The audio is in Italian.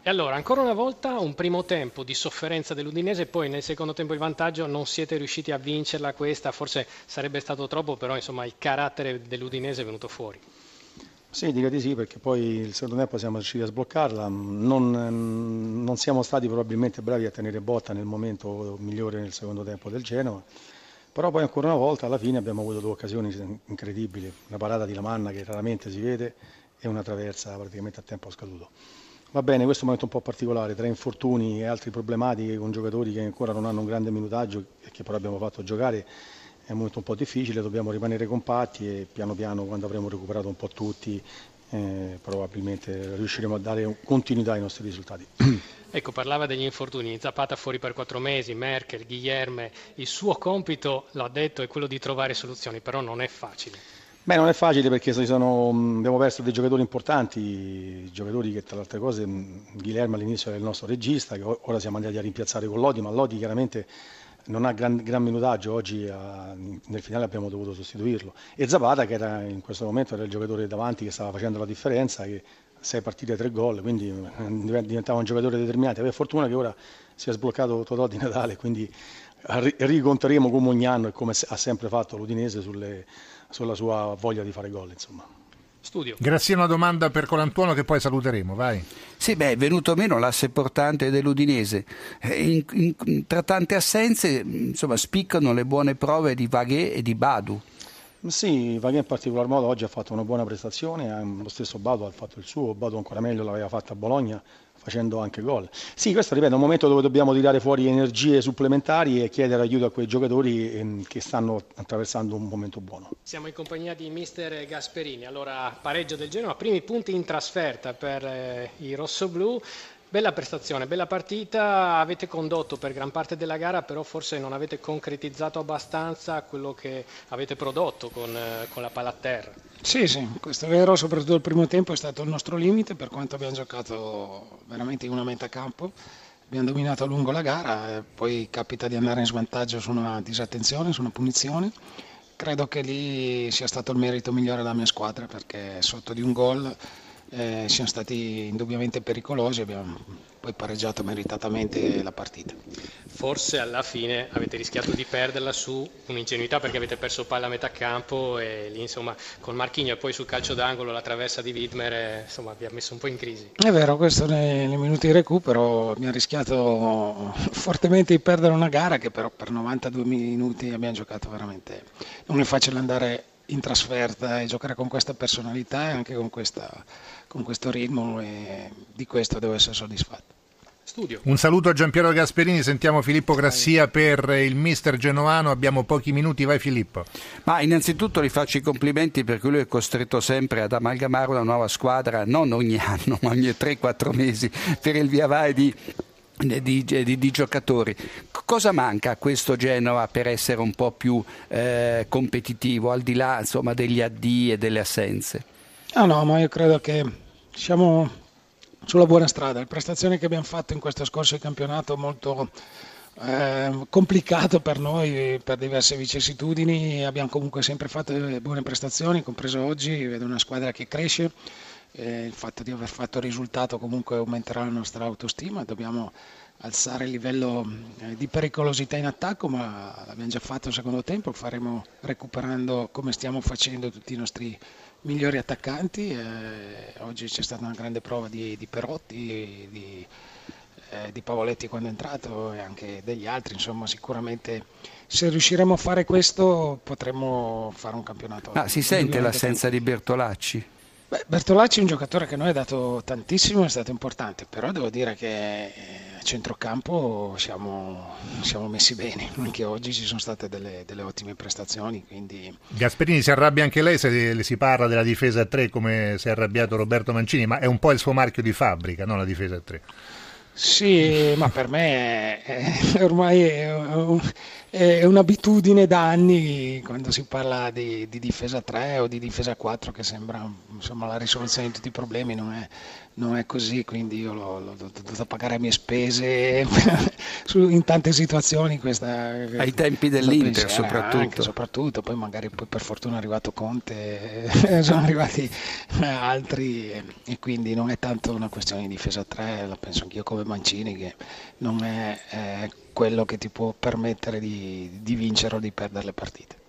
E allora, ancora una volta, un primo tempo di sofferenza dell'Udinese, poi nel secondo tempo il vantaggio non siete riusciti a vincerla questa, forse sarebbe stato troppo, però insomma il carattere dell'Udinese è venuto fuori. Sì, direi di sì, perché poi il secondo tempo siamo riusciti a sbloccarla, non siamo stati probabilmente bravi a tenere botta nel momento migliore nel secondo tempo del Genoa, però poi ancora una volta alla fine abbiamo avuto due occasioni incredibili, una parata di Lamanna che raramente si vede e una traversa praticamente a tempo scaduto. Va bene, questo è un momento un po' particolare, tra infortuni e altre problematiche con giocatori che ancora non hanno un grande minutaggio e che però abbiamo fatto giocare, è un momento un po' difficile, dobbiamo rimanere compatti e piano piano quando avremo recuperato un po' tutti probabilmente riusciremo a dare continuità ai nostri risultati. Ecco, parlava degli infortuni, Zapata fuori per 4 mesi, Merkel, Guilherme, il suo compito, l'ha detto, è quello di trovare soluzioni, però non è facile. Beh, non è facile perché abbiamo perso dei giocatori importanti, giocatori che tra le altre cose Guilherme all'inizio era il nostro regista, che ora siamo andati a rimpiazzare con Lodi, ma Lodi chiaramente non ha gran minutaggio, oggi nel finale abbiamo dovuto sostituirlo. E Zapata che in questo momento era il giocatore davanti che stava facendo la differenza, che 6 partite 3 gol, quindi diventava un giocatore determinante. Per fortuna che ora si è sbloccato Totò di Natale, quindi riconteremo come ogni anno e come ha sempre fatto l'Udinese sulla sua voglia di fare gol, insomma. Studio. Grazie, una domanda per Colantuono che poi saluteremo, vai. Sì, è venuto meno l'asse portante dell'Udinese. Tra tante assenze, insomma, spiccano le buone prove di Vaghè e di Badu. Sì, Vaghè in particolar modo oggi ha fatto una buona prestazione, lo stesso Badu ha fatto il suo, Badu ancora meglio l'aveva fatta a Bologna facendo anche gol. Sì, questo ripeto è un momento dove dobbiamo tirare fuori energie supplementari e chiedere aiuto a quei giocatori che stanno attraversando un momento buono. Siamo in compagnia di mister Gasperini, allora pareggio del Genoa, primi punti in trasferta per i rossoblù. Bella prestazione, bella partita, avete condotto per gran parte della gara, però forse non avete concretizzato abbastanza quello che avete prodotto con la palla a terra. Sì, questo è vero, soprattutto il primo tempo è stato il nostro limite per quanto abbiamo giocato veramente in una metà campo. Abbiamo dominato a lungo la gara, poi capita di andare in svantaggio su una disattenzione, su una punizione. Credo che lì sia stato il merito migliore della mia squadra perché sotto di un gol siamo stati indubbiamente pericolosi e abbiamo poi pareggiato meritatamente la partita. Forse alla fine avete rischiato di perderla su un'ingenuità perché avete perso palla a metà campo e lì insomma con Marquinhos e poi sul calcio d'angolo la traversa di Widmer insomma vi ha messo un po' in crisi. È vero, questo nei minuti di recupero abbiamo rischiato fortemente di perdere una gara che però per 92 minuti abbiamo giocato veramente. Non è facile andare in trasferta e giocare con questa personalità e anche con questo ritmo e di questo devo essere soddisfatto. Studio. Un saluto a Giampiero Gasperini, sentiamo Filippo Grassia per il mister genovano, abbiamo pochi minuti, vai Filippo. Ma innanzitutto gli faccio i complimenti perché lui è costretto sempre ad amalgamare una nuova squadra, non ogni anno ma ogni 3-4 mesi per il via vai di giocatori. Cosa manca a questo Genova per essere un po' più competitivo al di là insomma degli addii e delle assenze? No, ma io credo che siamo sulla buona strada. Le prestazioni che abbiamo fatto in questo scorso campionato molto complicato per noi per diverse vicissitudini, abbiamo comunque sempre fatto buone prestazioni, compreso oggi, vedo una squadra che cresce. Il fatto di aver fatto il risultato comunque aumenterà la nostra autostima, dobbiamo alzare il livello di pericolosità in attacco, ma l'abbiamo già fatto il secondo tempo, lo faremo recuperando come stiamo facendo tutti i nostri migliori attaccanti. Oggi c'è stata una grande prova di Perotti, di Pavoletti quando è entrato e anche degli altri, insomma sicuramente se riusciremo a fare questo potremo fare un campionato. Si sente l'assenza di Bertolacci? Bertolacci è un giocatore che noi ha dato tantissimo, è stato importante, però devo dire che a centrocampo siamo messi bene, anche oggi ci sono state delle ottime prestazioni. Quindi... Gasperini, si arrabbia anche lei se si parla della difesa a 3 come si è arrabbiato Roberto Mancini, ma è un po' il suo marchio di fabbrica, no? La difesa a 3. Sì, ma per me ormai è un'abitudine da anni quando si parla di difesa 3 o di difesa 4 che sembra insomma la risoluzione di tutti i problemi, non non è così, quindi io l'ho dovuto pagare a mie spese in tante situazioni. Ai tempi dell'Inter soprattutto, poi magari per fortuna è arrivato Conte, sono arrivati altri e quindi non è tanto una questione di difesa 3, la penso anch'io come Mancini, che non è quello che ti può permettere di vincere o di perdere le partite.